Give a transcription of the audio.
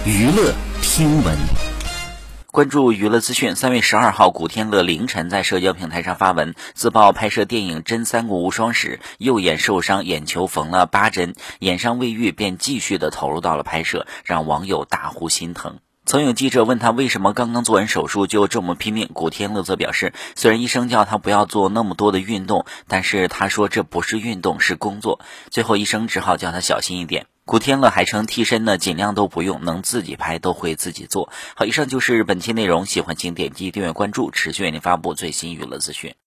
娱乐听闻。 关注娱乐资讯，3月12号，古天乐凌晨在社交平台上发文，自曝拍摄电影《真三国无双》时，右眼受伤，眼球缝了8针，眼伤未愈，便继续的投入到了拍摄，让网友大呼心疼。曾有记者问他为什么刚刚做完手术就这么拼命，古天乐则表示，虽然医生叫他不要做那么多的运动，但是他说这不是运动，是工作，最后医生只好叫他小心一点。古天乐还称替身呢尽量都不用，能自己拍都会自己做。好，以上就是本期内容，喜欢请点击订阅关注，持续为您发布最新娱乐资讯。